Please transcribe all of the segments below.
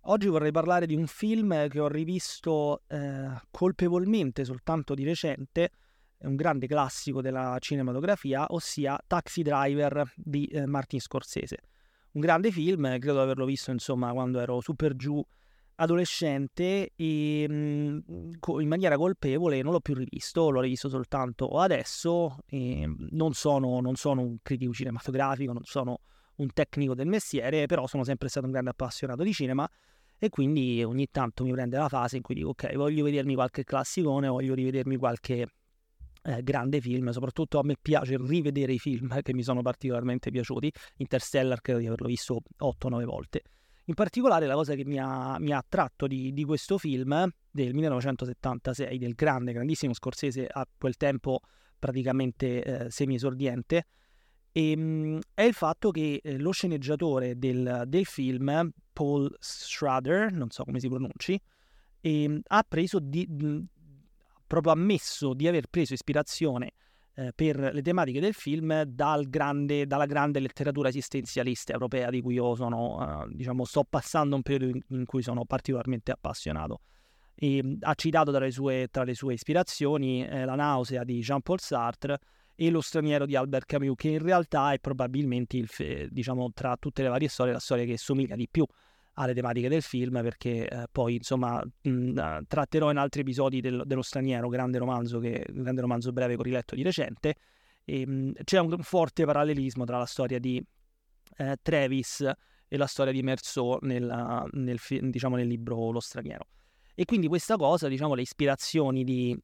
Oggi vorrei parlare di un film che ho rivisto colpevolmente soltanto di recente, è un grande classico della cinematografia, ossia Taxi Driver di Martin Scorsese. Un grande film, credo di averlo visto insomma quando ero super giù adolescente e in maniera colpevole non l'ho più rivisto, l'ho rivisto soltanto adesso e non sono un critico cinematografico, non sono un tecnico del mestiere, però sono sempre stato un grande appassionato di cinema e quindi ogni tanto mi prende la fase in cui dico ok, voglio vedermi qualche classicone, voglio rivedermi qualche grande film. Soprattutto a me piace rivedere i film che mi sono particolarmente piaciuti. Interstellar credo di averlo visto 8-9 volte. In particolare la cosa che mi ha attratto di questo film del 1976 del grandissimo Scorsese, a quel tempo praticamente semi-esordiente, è il fatto che lo sceneggiatore del film, Paul Schrader, non so come si pronunci, ha proprio ammesso di aver preso ispirazione per le tematiche del film dalla grande letteratura esistenzialista europea di cui io sto passando un periodo in cui sono particolarmente appassionato. Ha citato tra le sue ispirazioni La nausea di Jean-Paul Sartre e Lo straniero di Albert Camus, che in realtà è probabilmente tra tutte le varie storie la storia che somiglia di più alle tematiche del film, perché poi insomma tratterò in altri episodi dello straniero, grande romanzo breve che ho riletto di recente. C'è un forte parallelismo tra la storia di Travis e la storia di Meursault nel libro Lo straniero. E quindi questa cosa, le ispirazioni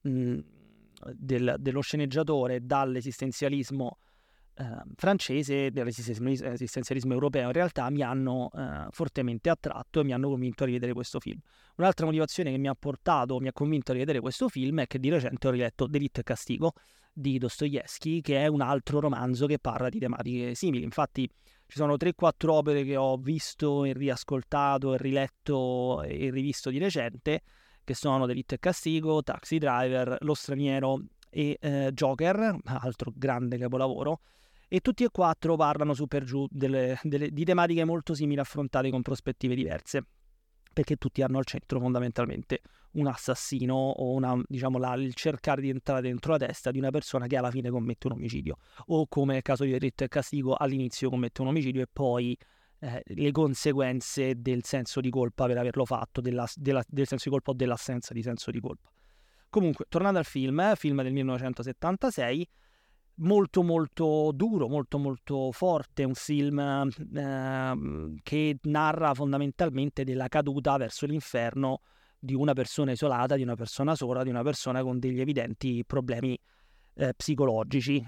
dello sceneggiatore dall'esistenzialismo francese, dell'esistenzialismo europeo, in realtà mi hanno fortemente attratto e mi hanno convinto a rivedere questo film. Un'altra motivazione che mi ha convinto a rivedere questo film è che di recente ho riletto Delitto e Castigo di Dostoevskij, che è un altro romanzo che parla di tematiche simili. Infatti ci sono 3-4 opere che ho visto e riascoltato e riletto e rivisto di recente, che sono Delitto e Castigo, Taxi Driver, Lo straniero e Joker, altro grande capolavoro, e tutti e quattro parlano su per giù di tematiche molto simili affrontate con prospettive diverse, perché tutti hanno al centro fondamentalmente un assassino o il cercare di entrare dentro la testa di una persona che alla fine commette un omicidio, o come nel caso di Delitto e Castigo all'inizio commette un omicidio e poi le conseguenze del senso di colpa per averlo fatto, del senso di colpa o dell'assenza di senso di colpa. Comunque, tornando al film del 1976, molto molto duro, molto molto forte, un film che narra fondamentalmente della caduta verso l'inferno di una persona isolata, di una persona sola, di una persona con degli evidenti problemi psicologici.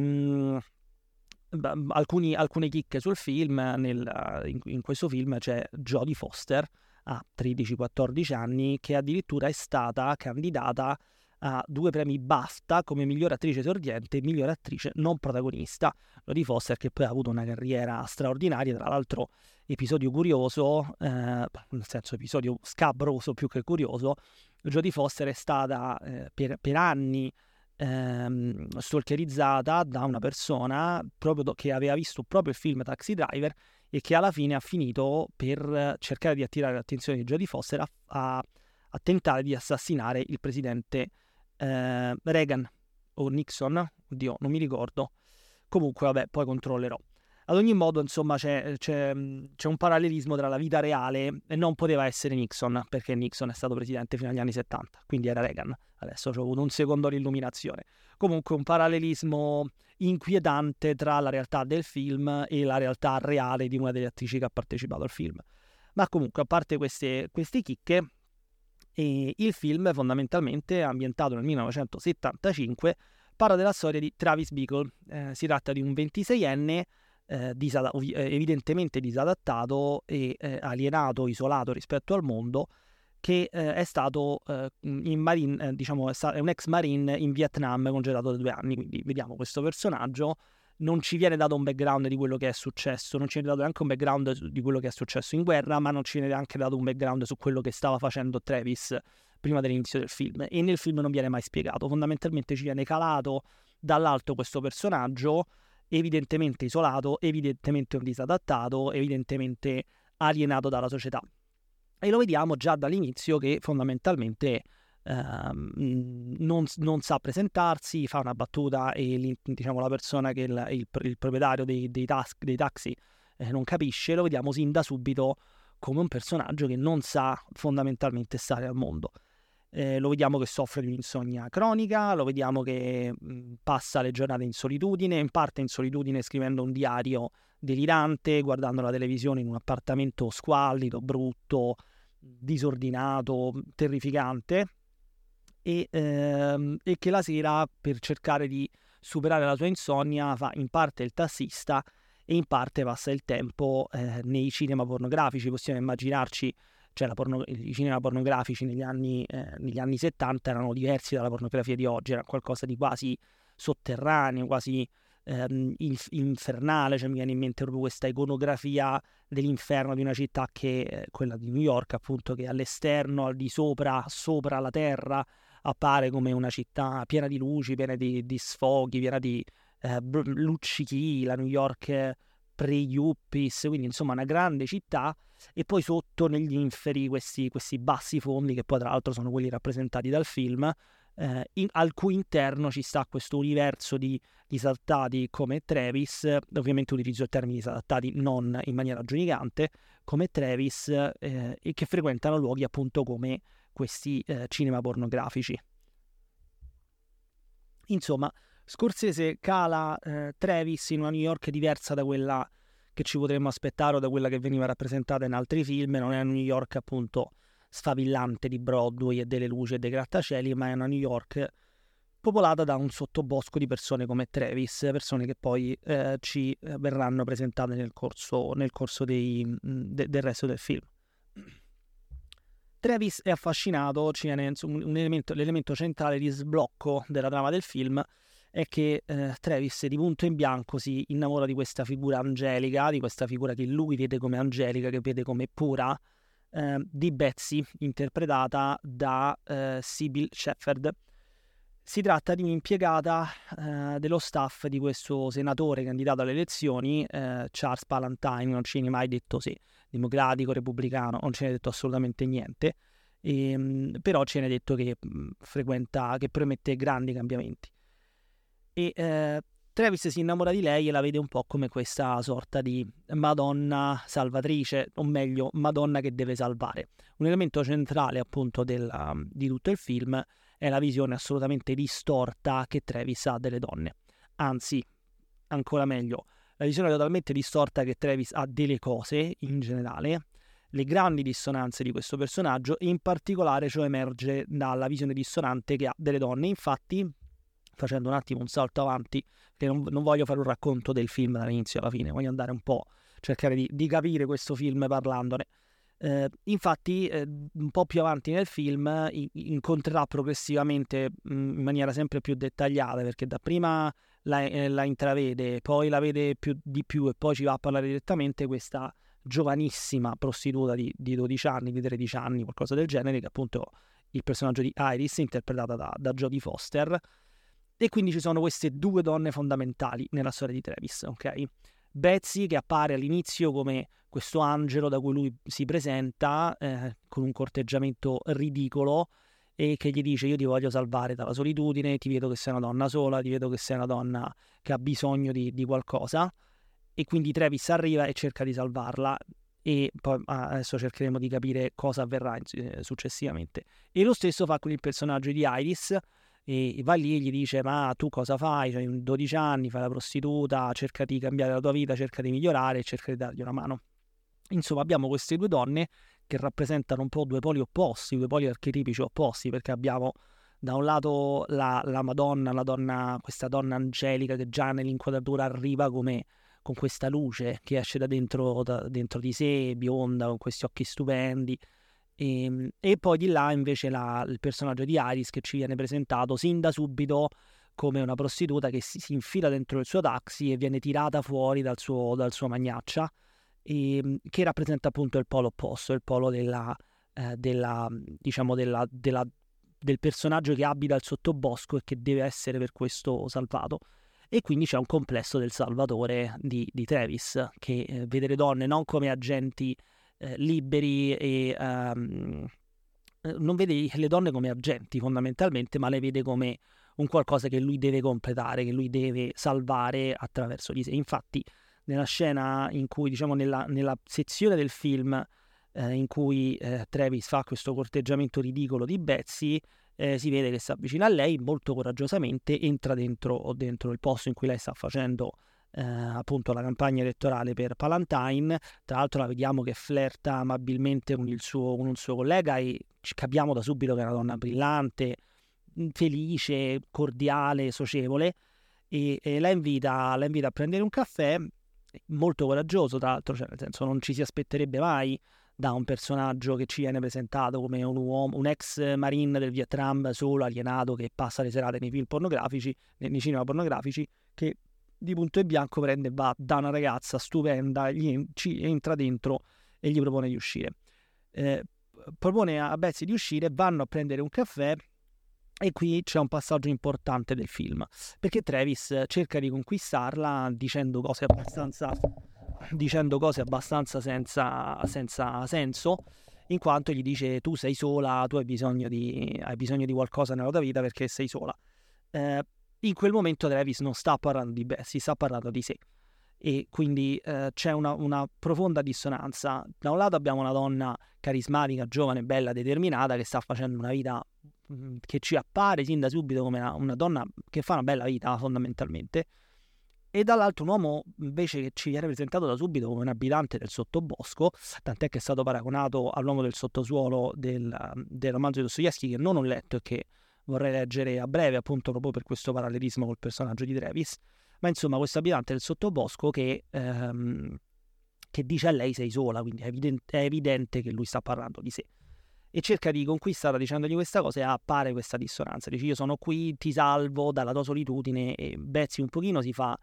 Alcune chicche sul film, in questo film c'è Jodie Foster, a 13-14 anni, che addirittura è stata candidata a 2 premi BAFTA come miglior attrice esordiente e miglior attrice non protagonista. Jodie Foster, che poi ha avuto una carriera straordinaria, tra l'altro episodio curioso, nel senso episodio scabroso più che curioso. Jodie Foster è stata per anni stalkerizzata da una persona proprio che aveva visto proprio il film Taxi Driver e che alla fine ha finito per cercare di attirare l'attenzione di Jodie Foster a tentare di assassinare il presidente Reagan o Nixon, oddio non mi ricordo, comunque vabbè poi controllerò. Ad ogni modo insomma c'è un parallelismo tra la vita reale e non poteva essere Nixon, perché Nixon è stato presidente fino agli anni 70, quindi era Reagan. Adesso ho avuto un secondo l'illuminazione. Comunque un parallelismo inquietante tra la realtà del film e la realtà reale di una delle attrici che ha partecipato al film. Ma comunque, a parte queste chicche, il film fondamentalmente ambientato nel 1975 parla della storia di Travis Bickle. Si tratta di un 26enne evidentemente disadattato e alienato, isolato rispetto al mondo, che è stato in Marine, è un ex Marine in Vietnam congelato da 2 anni. Quindi vediamo questo personaggio, non ci viene dato un background di quello che è successo, non ci viene dato neanche un background di quello che è successo in guerra, ma non ci viene neanche dato un background su quello che stava facendo Travis prima dell'inizio del film, e nel film non viene mai spiegato. Fondamentalmente ci viene calato dall'alto questo personaggio evidentemente isolato, evidentemente un disadattato, evidentemente alienato dalla società. E lo vediamo già dall'inizio che fondamentalmente non sa presentarsi, fa una battuta e diciamo la persona che il proprietario dei taxi non capisce. Lo vediamo sin da subito come un personaggio che non sa fondamentalmente stare al mondo. Lo vediamo che soffre di un'insonnia cronica, lo vediamo che passa le giornate in solitudine, in parte in solitudine scrivendo un diario delirante, guardando la televisione in un appartamento squallido, brutto, disordinato, terrificante, e che la sera, per cercare di superare la sua insonnia, fa in parte il tassista e in parte passa il tempo nei cinema pornografici. Possiamo immaginarci, cioè i cinema pornografici negli anni 70 erano diversi dalla pornografia di oggi, era qualcosa di quasi sotterraneo, quasi infernale. Cioè mi viene in mente proprio questa iconografia dell'inferno di una città che è quella di New York, appunto, che all'esterno, al di sopra, sopra la terra, appare come una città piena di luci, piena di sfoghi, piena di luccichi, la New York pre-yuppies, quindi insomma una grande città, e poi sotto negli inferi questi bassi fondi che poi tra l'altro sono quelli rappresentati dal film, al cui interno ci sta questo universo di disattati come Travis. Ovviamente utilizzo il termine disattati non in maniera giudicante, come Travis, e che frequentano luoghi appunto come questi cinema pornografici. Insomma, Scorsese cala Travis in una New York diversa da quella che ci potremmo aspettare o da quella che veniva rappresentata in altri film. Non è una New York appunto sfavillante di Broadway e delle luci e dei grattacieli, ma è una New York popolata da un sottobosco di persone come Travis, persone che poi ci verranno presentate nel corso del resto del film. Travis è affascinato, l'elemento centrale di sblocco della trama del film è che Travis di punto in bianco si innamora di questa figura angelica, di questa figura che lui vede come angelica, che vede come pura, di Betsy, interpretata da Sybil Shepherd. Si tratta di un'impiegata dello staff di questo senatore candidato alle elezioni, Charles Palantine. Non ci viene mai detto se democratico, repubblicano, non ce ne è detto assolutamente niente, però ce ne è detto che che promette grandi cambiamenti. E Travis si innamora di lei e la vede un po' come questa sorta di Madonna salvatrice, o meglio, Madonna che deve salvare. Un elemento centrale appunto di tutto il film è la visione assolutamente distorta che Travis ha delle donne. Anzi, ancora meglio, la visione totalmente distorta che Travis ha delle cose in generale, le grandi dissonanze di questo personaggio, e in particolare ciò emerge dalla visione dissonante che ha delle donne. Infatti, facendo un attimo un salto avanti, perché non voglio fare un racconto del film dall'inizio alla fine, voglio andare un po', cercare di capire questo film parlandone. Infatti un po' più avanti nel film incontrerà progressivamente in maniera sempre più dettagliata, perché dapprima la intravede, poi la vede di più e poi ci va a parlare direttamente, questa giovanissima prostituta di 12 anni, di 13 anni, qualcosa del genere, che appunto il personaggio di Iris, interpretata da Jodie Foster. E quindi ci sono queste due donne fondamentali nella storia di Travis, ok? Betsy, che appare all'inizio come questo angelo da cui lui si presenta con un corteggiamento ridicolo, e che gli dice: io ti voglio salvare dalla solitudine, ti vedo che sei una donna sola, ti vedo che sei una donna che ha bisogno di qualcosa. E quindi Travis arriva e cerca di salvarla, e poi adesso cercheremo di capire cosa avverrà successivamente. E lo stesso fa con il personaggio di Iris, e va lì e gli dice: ma tu cosa fai? Hai 12 anni, fai la prostituta, cerca di cambiare la tua vita, cerca di migliorare e cerca di dargli una mano. Insomma, abbiamo queste due donne che rappresentano un po' due poli opposti, due poli archetipici opposti, perché abbiamo da un lato la Madonna, questa donna angelica che già nell'inquadratura arriva con questa luce che esce da dentro di sé, bionda, con questi occhi stupendi. E poi di là invece il personaggio di Iris, che ci viene presentato sin da subito come una prostituta che si infila dentro il suo taxi e viene tirata fuori dal suo magnaccia, che rappresenta appunto il polo opposto, il polo del personaggio che abita il sottobosco e che deve essere per questo salvato. E quindi c'è un complesso del salvatore di Travis, che vede le donne non come agenti liberi e non vede le donne come agenti fondamentalmente, ma le vede come un qualcosa che lui deve completare, che lui deve salvare attraverso di sé. Infatti nella scena in cui, diciamo nella sezione del film in cui Travis fa questo corteggiamento ridicolo di Betsy, si vede che si avvicina a lei molto coraggiosamente, entra dentro il posto in cui lei sta facendo appunto la campagna elettorale per Palantine. Tra l'altro la vediamo che flirta amabilmente con un suo collega e capiamo da subito che è una donna brillante, felice, cordiale, socievole, e la invita a prendere un caffè. Molto coraggioso, tra l'altro, cioè, nel senso, non ci si aspetterebbe mai da un personaggio che ci viene presentato come un uomo, un ex marine del Vietnam solo, alienato, che passa le serate nei film pornografici, nei cinema pornografici, che di punto e bianco prende e va da una ragazza stupenda, ci entra dentro e gli propone di uscire. Propone a Betsy di uscire, vanno a prendere un caffè. E qui c'è un passaggio importante del film, perché Travis cerca di conquistarla dicendo cose abbastanza senza senso, in quanto gli dice: tu sei sola, tu hai bisogno di qualcosa nella tua vita perché sei sola. In quel momento Travis non sta parlando di Bessie, sta parlando di sé, e quindi c'è una profonda dissonanza. Da un lato abbiamo una donna carismatica, giovane, bella, determinata, che sta facendo una vita che ci appare sin da subito come una donna che fa una bella vita fondamentalmente, e dall'altro un uomo invece che ci viene presentato da subito come un abitante del sottobosco, tant'è che è stato paragonato all'uomo del sottosuolo del romanzo di Dostoevskij, che non ho letto e che vorrei leggere a breve, appunto proprio per questo parallelismo col personaggio di Travis. Ma insomma, questo abitante del sottobosco che dice a lei: sei sola, quindi è evidente che lui sta parlando di sé, e cerca di conquistarla dicendogli questa cosa, e appare questa dissonanza. Dice: io sono qui, ti salvo dalla tua solitudine, e Betsy un pochino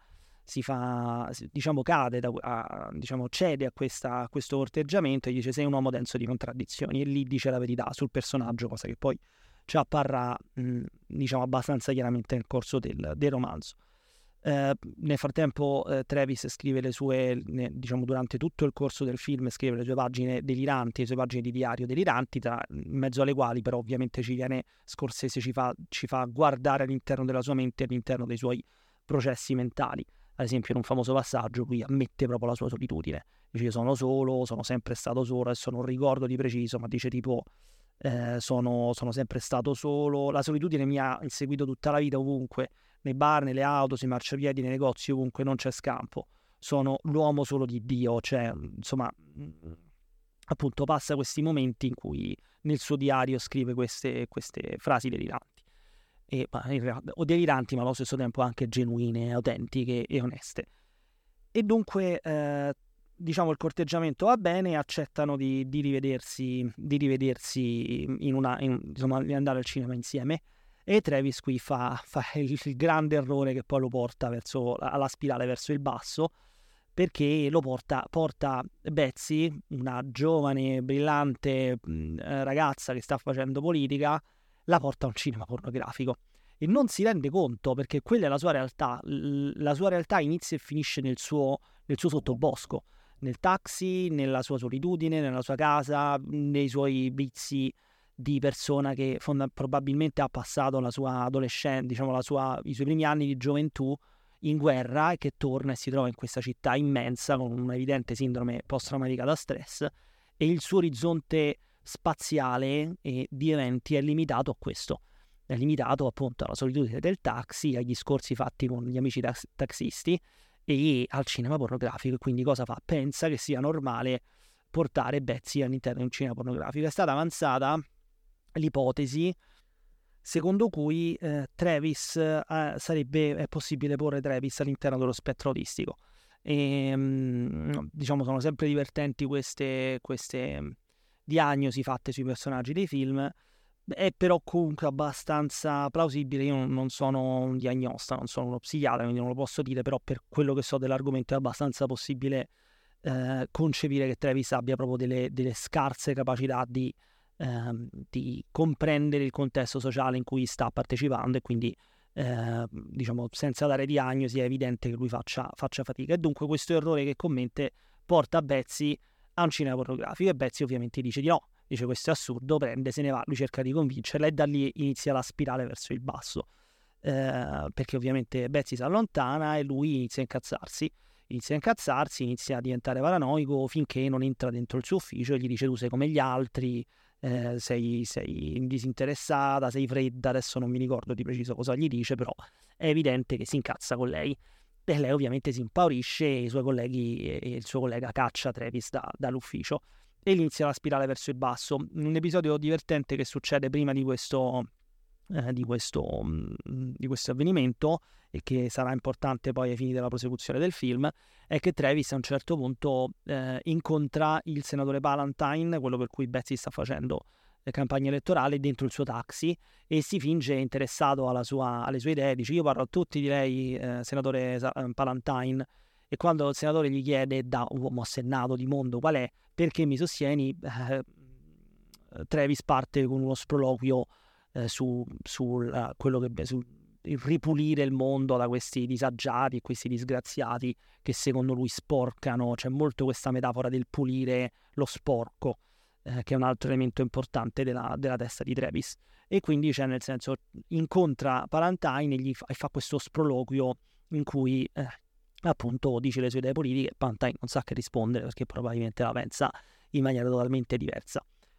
diciamo cade, diciamo cede a questo corteggiamento, e dice: sei un uomo denso di contraddizioni, e lì dice la verità sul personaggio, cosa che poi ci apparrà diciamo abbastanza chiaramente nel corso del romanzo. Nel frattempo Travis scrive le sue, diciamo durante tutto il corso del film, scrive le sue pagine deliranti, le sue pagine di diario deliranti, in mezzo alle quali però ovviamente Scorsese ci fa guardare all'interno della sua mente, all'interno dei suoi processi mentali. Ad esempio in un famoso passaggio qui ammette proprio la sua solitudine, dice: io sono solo, sono sempre stato solo, adesso non ricordo di preciso, ma dice tipo sono sempre stato solo, la solitudine mi ha inseguito tutta la vita, ovunque, nei bar, nelle auto, sui marciapiedi, nei negozi, ovunque, non c'è scampo, sono l'uomo solo di Dio. Cioè, insomma, appunto passa questi momenti in cui nel suo diario scrive queste frasi deliranti, o deliranti ma allo stesso tempo anche genuine, autentiche e oneste. E dunque diciamo il corteggiamento va bene, accettano di rivedersi insomma, di andare al cinema insieme, e Travis qui fa il grande errore che poi lo porta alla spirale verso il basso, perché lo porta Betsy, una giovane, brillante ragazza che sta facendo politica, la porta a un cinema pornografico, e non si rende conto, perché quella è la sua realtà. La sua realtà inizia e finisce nel suo sottobosco, nel taxi, nella sua solitudine, nella sua casa, nei suoi vizi di persona che probabilmente ha passato la sua adolescenza, diciamo i suoi primi anni di gioventù in guerra, e che torna e si trova in questa città immensa con un'evidente sindrome post-traumatica da stress, e il suo orizzonte spaziale e di eventi è limitato a questo, è limitato appunto alla solitudine del taxi, agli scorsi fatti con gli amici taxisti e al cinema pornografico. E quindi cosa fa? Pensa che sia normale portare Betsy all'interno di un cinema pornografico. È stata avanzata l'ipotesi secondo cui è possibile porre Travis all'interno dello spettro autistico, e diciamo sono sempre divertenti queste diagnosi fatte sui personaggi dei film. È però comunque abbastanza plausibile. Io non sono un diagnosta, non sono uno psichiatra, quindi non lo posso dire, però per quello che so dell'argomento è abbastanza possibile concepire che Travis abbia proprio delle scarse capacità di comprendere il contesto sociale in cui sta partecipando, e quindi diciamo senza dare diagnosi è evidente che lui faccia fatica, e dunque questo errore che commette porta Betsy a un cinema pornografico, e Betsy ovviamente dice di no, dice questo è assurdo, prende, se ne va, lui cerca di convincerla e da lì inizia la spirale verso il basso, perché ovviamente Betsy si allontana e lui inizia a incazzarsi, inizia a diventare paranoico finché non entra dentro il suo ufficio e gli dice tu sei come gli altri, sei disinteressata, sei fredda, adesso non mi ricordo di preciso cosa gli dice, però è evidente che si incazza con lei e lei ovviamente si impaurisce e i suoi colleghi e il suo collega caccia Travis dall'ufficio e inizia la spirale verso il basso. Un episodio divertente che succede prima di questo avvenimento e che sarà importante poi ai fini della prosecuzione del film è che Travis a un certo punto incontra il senatore Palantine, quello per cui Betsy sta facendo campagna elettorale, dentro il suo taxi e si finge interessato alle sue idee, dice io parlo a tutti di lei, senatore Palantine, e quando il senatore gli chiede da uomo assennato di mondo qual è, perché mi sostieni, Travis parte con uno sproloquio il ripulire il mondo da questi disagiati e questi disgraziati che secondo lui sporcano. C'è molto questa metafora del pulire lo sporco, che è un altro elemento importante della testa di Travis, e quindi cioè, nel senso incontra Palantine e fa questo sproloquio in cui appunto dice le sue idee politiche. Palantine non sa che rispondere perché probabilmente la pensa in maniera totalmente diversa.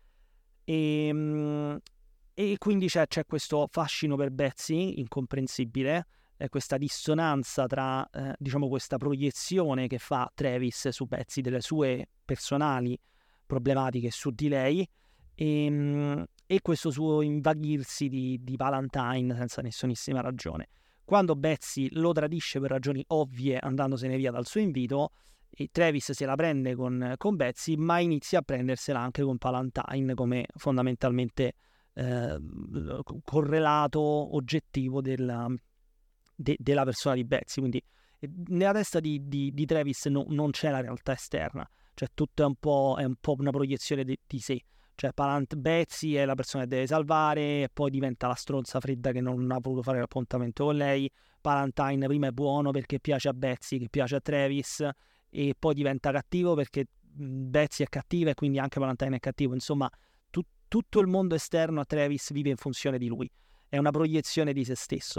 E quindi c'è questo fascino per Betsy incomprensibile, questa dissonanza tra diciamo questa proiezione che fa Travis su Betsy delle sue personali problematiche su di lei e questo suo invaghirsi di Palantine senza nessunissima ragione. Quando Betsy lo tradisce per ragioni ovvie andandosene via dal suo invito, e Travis se la prende con Betsy, ma inizia a prendersela anche con Palantine come fondamentalmente correlato oggettivo della persona di Betsy. Quindi nella testa di Travis non c'è la realtà esterna, cioè tutto è un po' una proiezione di sé. Cioè Betsy è la persona che deve salvare e poi diventa la stronza fredda che non ha voluto fare l'appuntamento con lei. Palantine prima è buono perché piace a Betsy, che piace a Travis, e poi diventa cattivo perché Betsy è cattiva e quindi anche Palantine è cattivo. Insomma, tutto il mondo esterno a Travis vive in funzione di lui, è una proiezione di se stesso.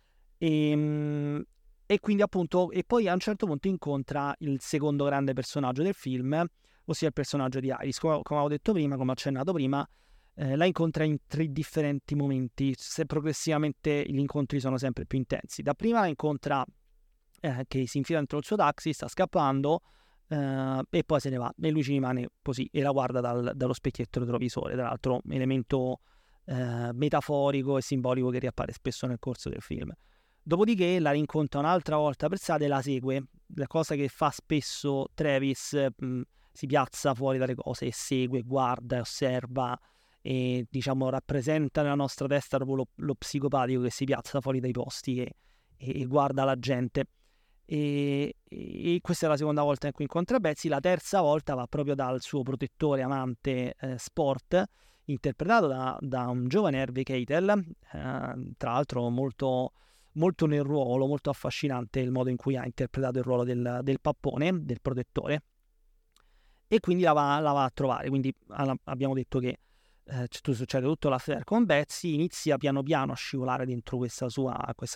E quindi appunto, e poi a un certo punto incontra il secondo grande personaggio del film, ossia il personaggio di Iris. Come avevo detto prima, come ho accennato prima, la incontra in 3 differenti momenti, se progressivamente gli incontri sono sempre più intensi. Da prima la incontra che si infila dentro il suo taxi, sta scappando, e poi se ne va e lui ci rimane così e la guarda dallo specchietto retrovisore, tra l'altro elemento metaforico e simbolico che riappare spesso nel corso del film. Dopodiché la rincontra un'altra volta per strada e la segue, la cosa che fa spesso Travis, si piazza fuori dalle cose e segue, guarda, osserva e diciamo rappresenta nella nostra testa proprio lo psicopatico che si piazza fuori dai posti e guarda la gente. E questa è la seconda volta in cui incontra Betsy. La terza volta va proprio dal suo protettore amante Sport, interpretato da un giovane Harvey Keitel, tra l'altro molto, molto nel ruolo, molto affascinante il modo in cui ha interpretato il ruolo del pappone, del protettore, e quindi la va a trovare. Quindi abbiamo detto che succede tutto l'affair con Betsy, inizia piano piano a scivolare dentro questa sua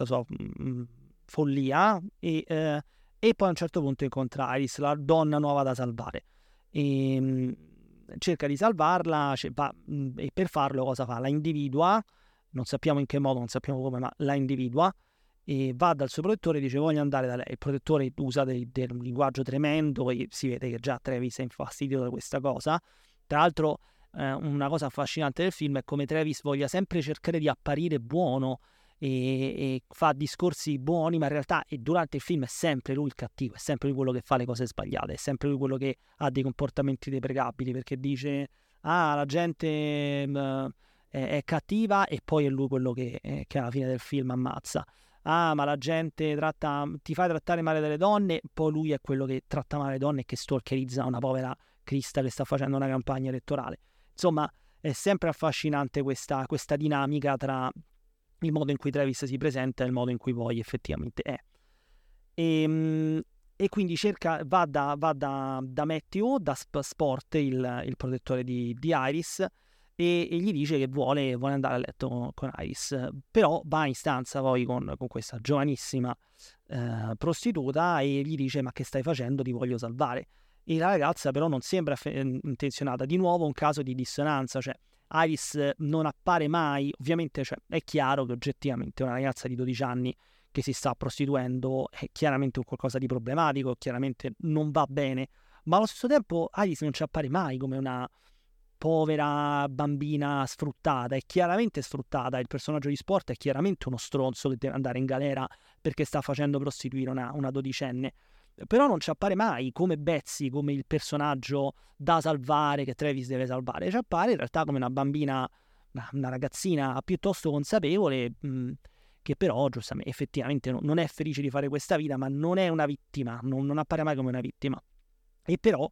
follia e poi a un certo punto incontra Iris, la donna nuova da salvare, e cerca di salvarla, e per farlo cosa fa? La individua, non sappiamo in che modo, non sappiamo come, ma la individua e va dal suo protettore e dice voglio andare da lei. Il protettore usa del linguaggio tremendo e si vede che già Travis è infastidito da questa cosa. Tra l'altro una cosa affascinante del film è come Travis voglia sempre cercare di apparire buono e fa discorsi buoni, ma in realtà durante il film è sempre lui il cattivo, è sempre lui quello che fa le cose sbagliate, è sempre lui quello che ha dei comportamenti deprecabili, perché dice la gente è cattiva e poi è lui quello che alla fine del film ammazza. Ma la gente ti fa trattare male delle donne, poi lui è quello che tratta male le donne e che stalkerizza una povera Krista che sta facendo una campagna elettorale. Insomma, è sempre affascinante questa dinamica tra il modo in cui Travis si presenta e il modo in cui poi effettivamente è. e quindi va da Matthew, da Sport, il protettore di Iris, e gli dice che vuole andare a letto con Iris, però va in stanza poi con questa giovanissima prostituta e gli dice: ma che stai facendo, ti voglio salvare. E la ragazza però non sembra intenzionata. Di nuovo un caso di dissonanza, cioè Iris non appare mai, ovviamente, cioè, è chiaro che oggettivamente una ragazza di 12 anni che si sta prostituendo è chiaramente un qualcosa di problematico, chiaramente non va bene, ma allo stesso tempo Iris non ci appare mai come una povera bambina sfruttata, è chiaramente sfruttata, il personaggio di Sport è chiaramente uno stronzo che deve andare in galera perché sta facendo prostituire una dodicenne, però non ci appare mai come Betsy, come il personaggio da salvare che Travis deve salvare, ci appare in realtà come una bambina, una ragazzina piuttosto consapevole, che però giustamente effettivamente non è felice di fare questa vita, ma non è una vittima, non appare mai come una vittima, e però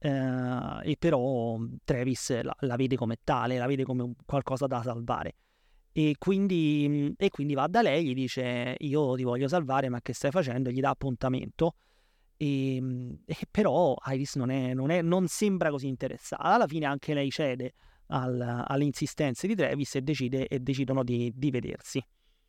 Travis la vede come tale, la vede come qualcosa da salvare, e quindi va da lei, gli dice: io ti voglio salvare, ma che stai facendo? Gli dà appuntamento, e però Iris non sembra così interessata. Alla fine anche lei cede alle insistenze di Travis e decidono di vedersi.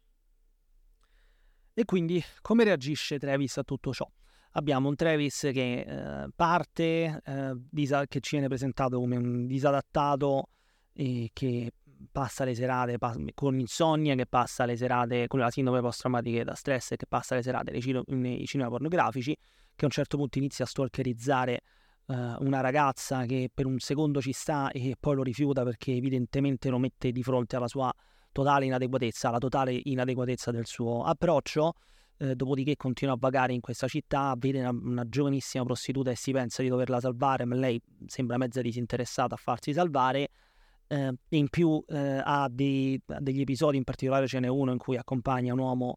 E quindi come reagisce Travis a tutto ciò? Abbiamo un Travis che parte, che ci viene presentato come un disadattato, e che passa le serate con insonnia, che passa le serate con la sindrome post-traumatica da stress, e che passa le serate nei cinema pornografici, che a un certo punto inizia a stalkerizzare una ragazza che per un secondo ci sta e poi lo rifiuta perché evidentemente lo mette di fronte alla sua totale inadeguatezza, alla totale inadeguatezza del suo approccio. Dopodiché continua a vagare in questa città, vede una giovanissima prostituta e si pensa di doverla salvare, ma lei sembra mezza disinteressata a farsi salvare. In più ha degli episodi, in particolare ce n'è uno in cui accompagna un uomo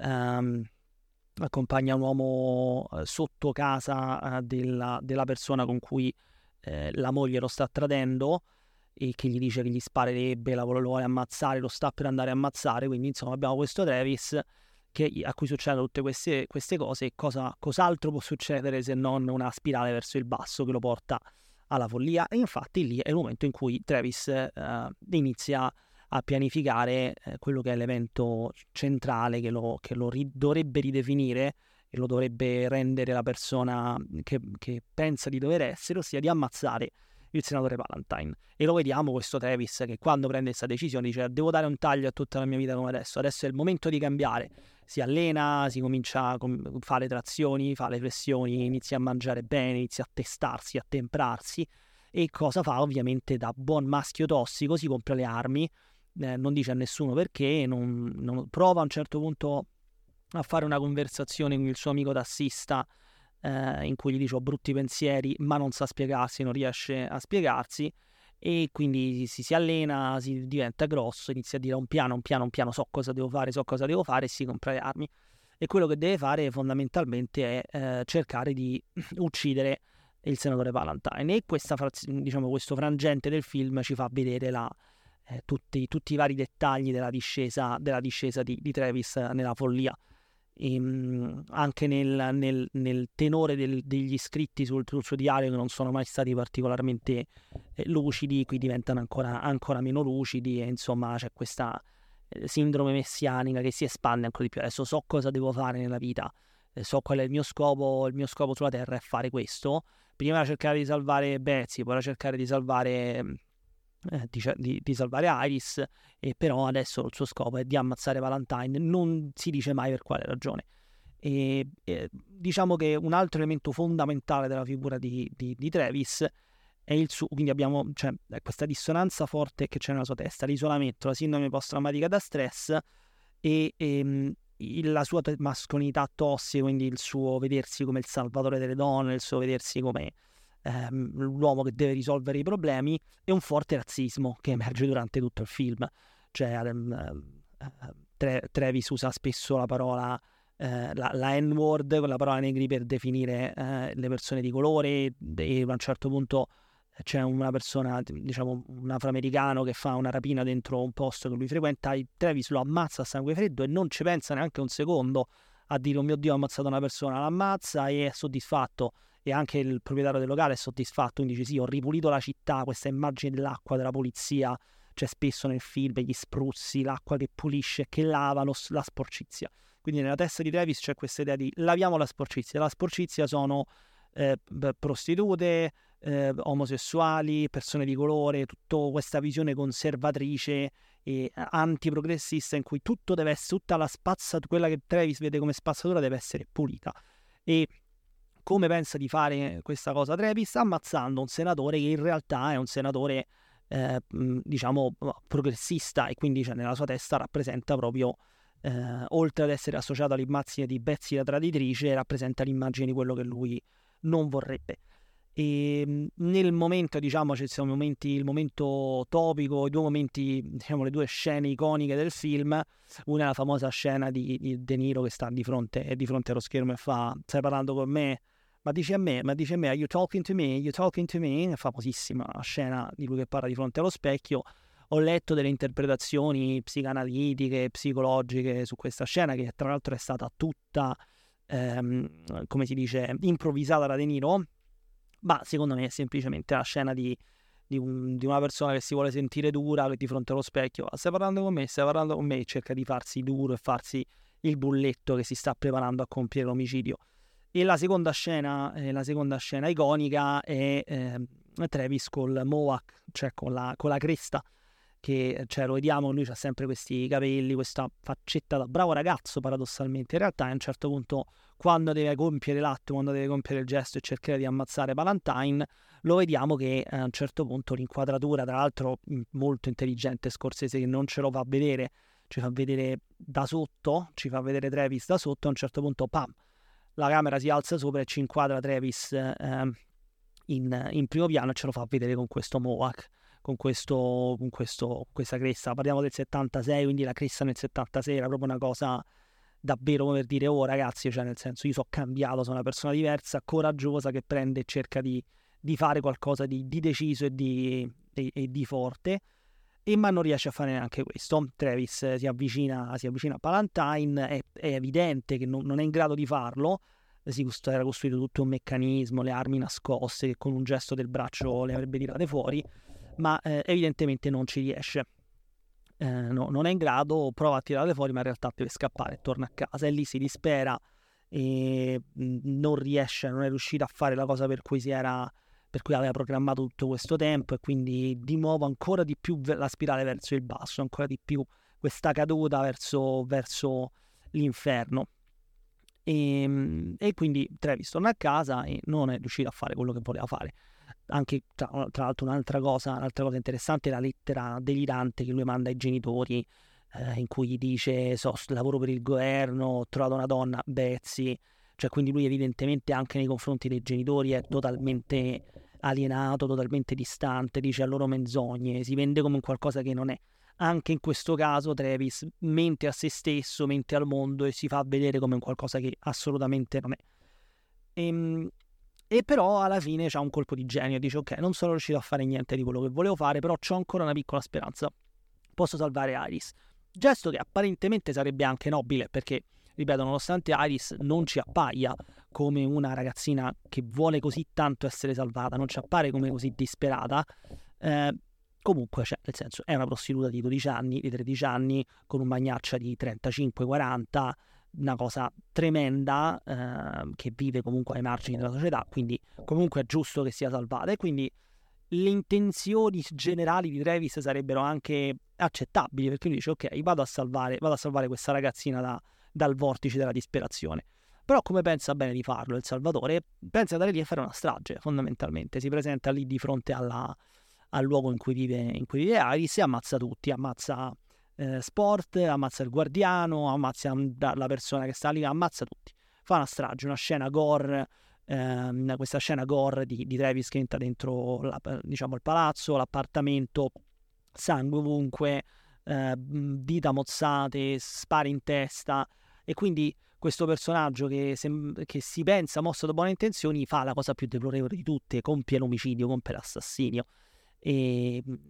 sotto casa della persona con cui la moglie lo sta tradendo, e che gli dice che gli sparerebbe, lo vuole ammazzare, lo sta per andare a ammazzare. Quindi insomma abbiamo questo Travis a cui succedono tutte queste cose, e cos'altro può succedere se non una spirale verso il basso che lo porta alla follia. E infatti lì è il momento in cui Travis inizia a pianificare quello che è l'evento centrale che lo dovrebbe ridefinire e lo dovrebbe rendere la persona che pensa di dover essere, ossia di ammazzare il senatore Valentine. E lo vediamo questo Travis che quando prende questa decisione dice: devo dare un taglio a tutta la mia vita come adesso è il momento di cambiare. Si allena, si comincia a fare trazioni, fa le flessioni, inizia a mangiare bene, inizia a testarsi, a temprarsi, e cosa fa? Ovviamente da buon maschio tossico si compra le armi, non dice a nessuno perché, non prova a un certo punto a fare una conversazione con il suo amico tassista, in cui gli dice: ho brutti pensieri, ma non sa spiegarsi, non riesce a spiegarsi, e quindi si allena, si diventa grosso, inizia a dire un piano, so cosa devo fare, e si compra le armi. E quello che deve fare fondamentalmente è cercare di uccidere il senatore Valentine, e questo frangente del film ci fa vedere tutti i vari dettagli della discesa di Travis nella follia. Anche nel tenore degli scritti sul suo diario, che non sono mai stati particolarmente lucidi, qui diventano ancora meno lucidi, e insomma c'è questa sindrome messianica che si espande ancora di più. Adesso so cosa devo fare nella vita, so qual è il mio scopo sulla terra è fare questo. Prima era cercare di salvare Betsy, poi era cercare di salvare di salvare Iris, e però adesso il suo scopo è di ammazzare Valentine, non si dice mai per quale ragione. E diciamo che un altro elemento fondamentale della figura di Travis è il suo, quindi abbiamo questa dissonanza forte che c'è nella sua testa, l'isolamento, la sindrome post-traumatica da stress, e la sua mascolinità tossica, quindi il suo vedersi come il salvatore delle donne, il suo vedersi come l'uomo che deve risolvere i problemi, e un forte razzismo che emerge durante tutto il film. Cioè Travis usa spesso la parola la N-word, quella parola negri, per definire le persone di colore, e a un certo punto c'è una persona, diciamo un afroamericano, che fa una rapina dentro un posto che lui frequenta, e Travis lo ammazza a sangue freddo e non ci pensa neanche un secondo a dire oh mio Dio, ho ammazzato una persona, l'ammazza e è soddisfatto, e anche il proprietario del locale è soddisfatto, quindi dice sì, ho ripulito la città, questa immagine dell'acqua, della polizia, c'è spesso nel film, gli spruzzi, l'acqua che pulisce, che lava la sporcizia. Quindi nella testa di Travis c'è questa idea di laviamo la sporcizia sono prostitute, omosessuali, persone di colore, tutta questa visione conservatrice e antiprogressista in cui tutto deve essere, tutta la spazzatura, quella che Travis vede come spazzatura deve essere pulita. E come pensa di fare questa cosa Travis? Ammazzando un senatore che in realtà è un senatore diciamo progressista, e quindi nella sua testa rappresenta proprio oltre ad essere associato all'immagine di Betsy la traditrice, rappresenta l'immagine di quello che lui non vorrebbe. E nel momento, diciamo, ci sono il momento topico, i due momenti, diciamo, le due scene iconiche del film. Una è la famosa scena di De Niro che sta di fronte allo schermo e fa: stai parlando con me? Ma dici a me, are you talking to me? You talking to me? È famosissima la scena di lui che parla di fronte allo specchio. Ho letto delle interpretazioni psicanalitiche, psicologiche su questa scena, che tra l'altro è stata tutta, come si dice, improvvisata da De Niro, ma secondo me è semplicemente la scena di una persona che si vuole sentire dura, che di fronte allo specchio stai parlando con me, e cerca di farsi duro e farsi il bulletto che si sta preparando a compiere l'omicidio. E la seconda scena iconica è Travis col mohawk, cioè con la cresta, che lo vediamo, lui ha sempre questi capelli, questa faccetta da bravo ragazzo paradossalmente. In realtà a un certo punto, quando deve compiere l'atto, quando deve compiere il gesto e cercare di ammazzare Valentine, lo vediamo che a un certo punto l'inquadratura, tra l'altro molto intelligente Scorsese, che non ce lo fa vedere, ci fa vedere da sotto, ci fa vedere Travis da sotto, a un certo punto pam, la camera si alza sopra e ci inquadra Travis in primo piano e ce lo fa vedere con questo mohawk, con questa cresta. Parliamo del 76, quindi la cresta nel 76 era proprio una cosa davvero come per dire oh ragazzi, cioè nel senso, io sono cambiato, sono una persona diversa, coraggiosa, che prende e cerca di fare qualcosa di deciso e di forte, ma non riesce a fare neanche questo. Travis si avvicina a Valentine, è evidente che non è in grado di farlo, era costruito tutto un meccanismo, le armi nascoste che con un gesto del braccio le avrebbe tirate fuori, ma evidentemente non ci riesce. Non è in grado, prova a tirarle fuori, ma in realtà deve scappare, torna a casa e lì si dispera e non è riuscito a fare la cosa per cui aveva programmato tutto questo tempo, e quindi di nuovo ancora di più la spirale verso il basso, ancora di più questa caduta verso l'inferno. E quindi Travis torna a casa e non è riuscito a fare quello che voleva fare. Anche tra l'altro un'altra cosa interessante è la lettera delirante che lui manda ai genitori, in cui gli dice lavoro per il governo, ho trovato una donna, Betsy, cioè quindi lui evidentemente anche nei confronti dei genitori è totalmente alienato, totalmente distante, dice a loro menzogne, si vende come qualcosa che non è. Anche in questo caso Travis mente a se stesso, mente al mondo e si fa vedere come qualcosa che assolutamente non è. E però alla fine c'ha un colpo di genio, dice ok, non sono riuscito a fare niente di quello che volevo fare, però c'ho ancora una piccola speranza, posso salvare Iris. Gesto che apparentemente sarebbe anche nobile, perché, ripeto, nonostante Iris non ci appaia come una ragazzina che vuole così tanto essere salvata, non ci appare come così disperata, comunque, nel senso, è una prostituta di 12 anni, di 13 anni, con un magnaccia di 35-40, una cosa tremenda, che vive comunque ai margini della società, quindi comunque è giusto che sia salvata, e quindi le intenzioni generali di Travis sarebbero anche accettabili, perché lui dice ok, vado a salvare questa ragazzina dal vortice della disperazione. Però come pensa bene di farlo il Salvatore? Pensa di andare lì a fare una strage, fondamentalmente. Si presenta lì di fronte al luogo in cui vive Iris e ammazza tutti, ammazza Sport, ammazza il guardiano, ammazza la persona che sta lì, ammazza tutti. Fa una strage, una scena gore, questa scena gore di Travis che entra dentro il palazzo, l'appartamento, sangue ovunque, dita mozzate, spari in testa, e quindi questo personaggio che si pensa mosso da buone intenzioni fa la cosa più deplorevole di tutte, compie l'omicidio, compie l'assassinio. E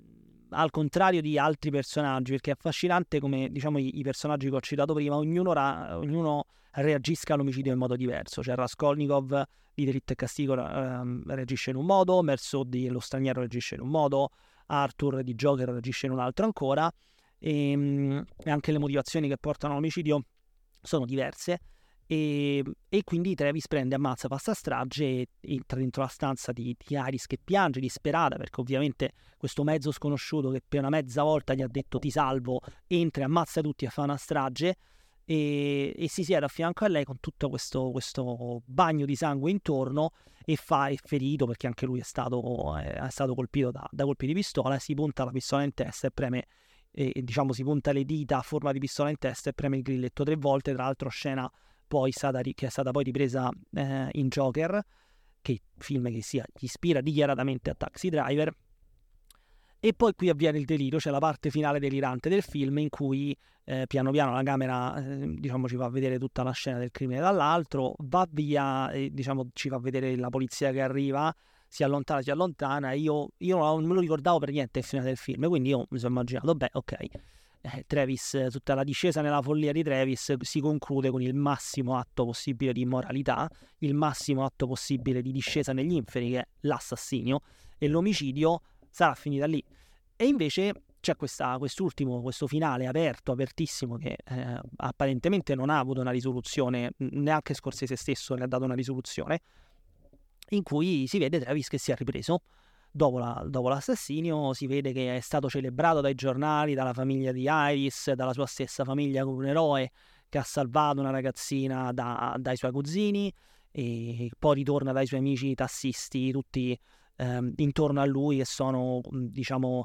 al contrario di altri personaggi, perché è affascinante come, diciamo, i personaggi che ho citato prima, ognuno reagisca all'omicidio in modo diverso. Cioè Raskolnikov di Delitto e Castigo reagisce in un modo, Mersault di Lo Straniero reagisce in un modo, Arthur di Joker reagisce in un altro ancora, e anche le motivazioni che portano all'omicidio sono diverse. E quindi Travis prende, ammazza, fa sta strage e entra dentro la stanza di Iris che piange disperata, perché ovviamente questo mezzo sconosciuto che per una mezza volta gli ha detto ti salvo, entra e ammazza tutti e fa una strage, e si siede a fianco a lei con tutto questo bagno di sangue intorno, e è ferito perché anche lui è stato colpito da colpi di pistola, si punta la pistola in testa e preme, diciamo si punta le dita a forma di pistola in testa e preme il grilletto 3 volte. Tra l'altro scena poi che è stata poi ripresa in Joker, che film che si ispira dichiaratamente a Taxi Driver. E poi qui avviene il delirio, cioè la parte finale delirante del film, in cui piano piano la camera diciamo ci fa vedere tutta la scena del crimine dall'altro, va via, diciamo ci fa vedere la polizia che arriva, si allontana. Io non me lo ricordavo per niente il finale del film, quindi io mi sono immaginato, beh, ok, Travis, tutta la discesa nella follia di Travis si conclude con il massimo atto possibile di immoralità, il massimo atto possibile di discesa negli inferi, che è l'assassinio, e l'omicidio sarà finita lì. E invece c'è questo finale apertissimo, che apparentemente non ha avuto una risoluzione, neanche Scorsese stesso ne ha dato una risoluzione, in cui si vede Travis che si è ripreso dopo l'assassinio. Si vede che è stato celebrato dai giornali, dalla famiglia di Iris, dalla sua stessa famiglia, come un eroe che ha salvato una ragazzina dai suoi cugini, e poi ritorna dai suoi amici tassisti tutti intorno a lui, che sono, diciamo,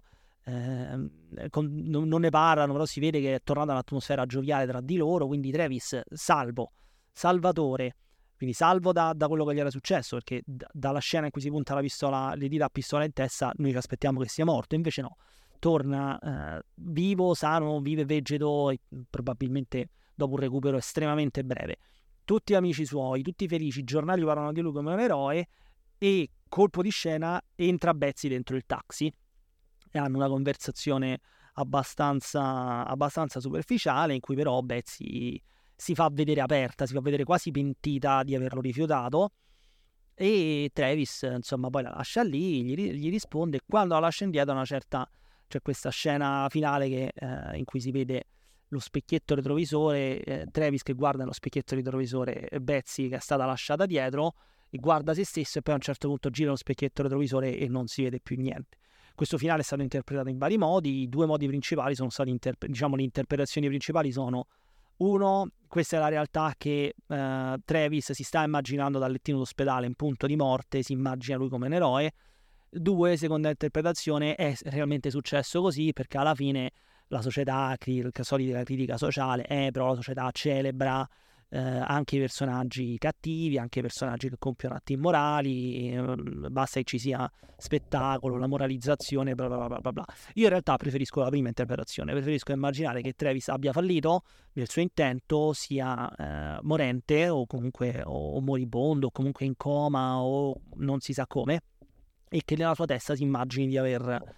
non ne parlano, però si vede che è tornata un'atmosfera gioviale tra di loro. Quindi Travis salvatore, quindi salvo da quello che gli era successo, perché dalla scena in cui si punta le dita a pistola in testa noi ci aspettiamo che sia morto, invece no, torna vivo, sano, vive e vegeto, e probabilmente dopo un recupero estremamente breve. Tutti amici suoi, tutti felici, i giornali parlano di lui come un eroe, e colpo di scena entra Betsy dentro il taxi e hanno una conversazione abbastanza superficiale, in cui però Betsy si fa vedere aperta, si fa vedere quasi pentita di averlo rifiutato, e Travis insomma poi la lascia lì, gli risponde, e quando la lascia indietro c'è questa scena finale in cui si vede lo specchietto retrovisore, Travis che guarda nello specchietto retrovisore Betsy che è stata lasciata dietro, e guarda se stesso, e poi a un certo punto gira lo specchietto retrovisore e non si vede più niente. Questo finale è stato interpretato in vari modi. I due modi principali sono stati diciamo, le interpretazioni principali sono: uno, questa è la realtà che Travis si sta immaginando dal lettino d'ospedale in punto di morte, si immagina lui come un eroe. Due, seconda interpretazione, è realmente successo così, perché alla fine la società, il solito della critica sociale, però la società celebra anche i personaggi cattivi, anche i personaggi che compiono atti immorali, basta che ci sia spettacolo, la moralizzazione, bla bla bla bla bla. Io in realtà preferisco la prima interpretazione, preferisco immaginare che Travis abbia fallito nel suo intento, sia morente o comunque o moribondo, o comunque in coma, o non si sa come, e che nella sua testa si immagini di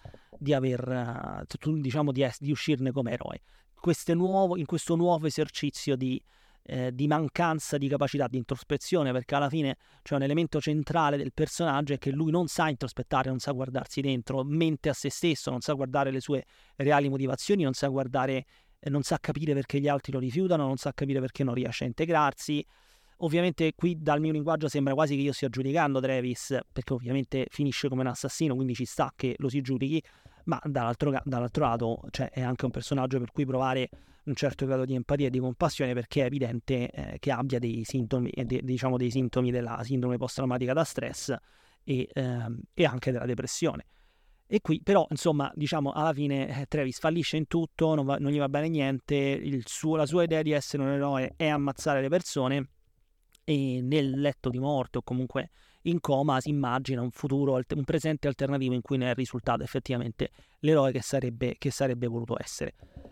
uscirne come eroe. In questo nuovo esercizio di mancanza di capacità di introspezione, perché alla fine c'è un elemento centrale del personaggio, è che lui non sa introspettare, non sa guardarsi dentro, mente a se stesso, non sa guardare le sue reali motivazioni, non sa capire perché gli altri lo rifiutano, non sa capire perché non riesce a integrarsi. Ovviamente qui dal mio linguaggio sembra quasi che io stia giudicando Travis, perché ovviamente finisce come un assassino, quindi ci sta che lo si giudichi, ma dall'altro lato, cioè, è anche un personaggio per cui provare un certo grado di empatia e di compassione, perché è evidente che abbia dei sintomi, dei sintomi della sindrome post-traumatica da stress e anche della depressione. E qui però, insomma, diciamo, alla fine Travis fallisce in tutto, non gli va bene niente, la sua idea di essere un eroe è ammazzare le persone, e nel letto di morte o comunque in coma si immagina un presente alternativo in cui ne è risultato effettivamente l'eroe che sarebbe voluto essere.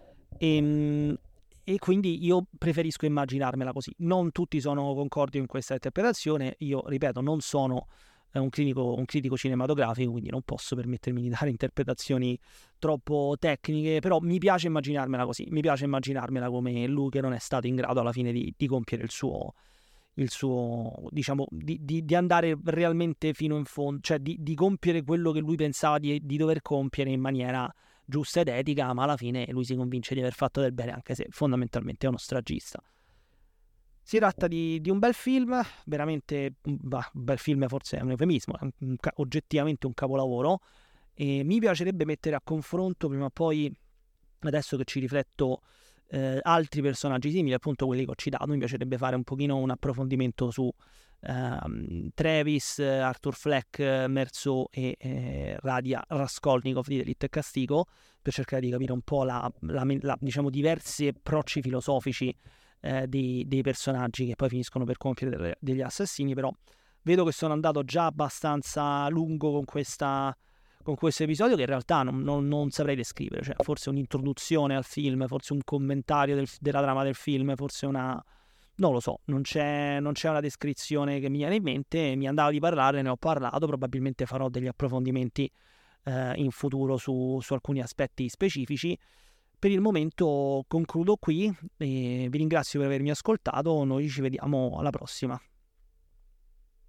E quindi io preferisco immaginarmela così. Non tutti sono concordi in questa interpretazione. Io ripeto, non sono un critico cinematografico, quindi non posso permettermi di dare interpretazioni troppo tecniche, però mi piace immaginarmela così, mi piace immaginarmela come lui che non è stato in grado alla fine di compiere il suo diciamo, di andare realmente fino in fondo, cioè di compiere quello che lui pensava di dover compiere in maniera giusta ed etica, ma alla fine lui si convince di aver fatto del bene, anche se fondamentalmente è uno stragista. Si tratta di un bel film, veramente, un bel film forse è un eufemismo, è oggettivamente un capolavoro, e mi piacerebbe mettere a confronto prima o poi, adesso che ci rifletto, altri personaggi simili, appunto quelli che ho citato. Mi piacerebbe fare un pochino un approfondimento su Travis, Arthur Fleck, Merceau e Radia Raskolnikov di Delitto e Castigo, per cercare di capire un po' diciamo, diversi approcci filosofici dei personaggi che poi finiscono per compiere degli assassini. Però vedo che sono andato già abbastanza lungo con questo episodio, che in realtà non saprei descrivere, cioè forse un'introduzione al film, forse un commentario della trama del film, forse non lo so, non c'è una descrizione che mi viene in mente. Mi andava di parlare, ne ho parlato, probabilmente farò degli approfondimenti in futuro su alcuni aspetti specifici. Per il momento concludo qui e vi ringrazio per avermi ascoltato, noi ci vediamo alla prossima.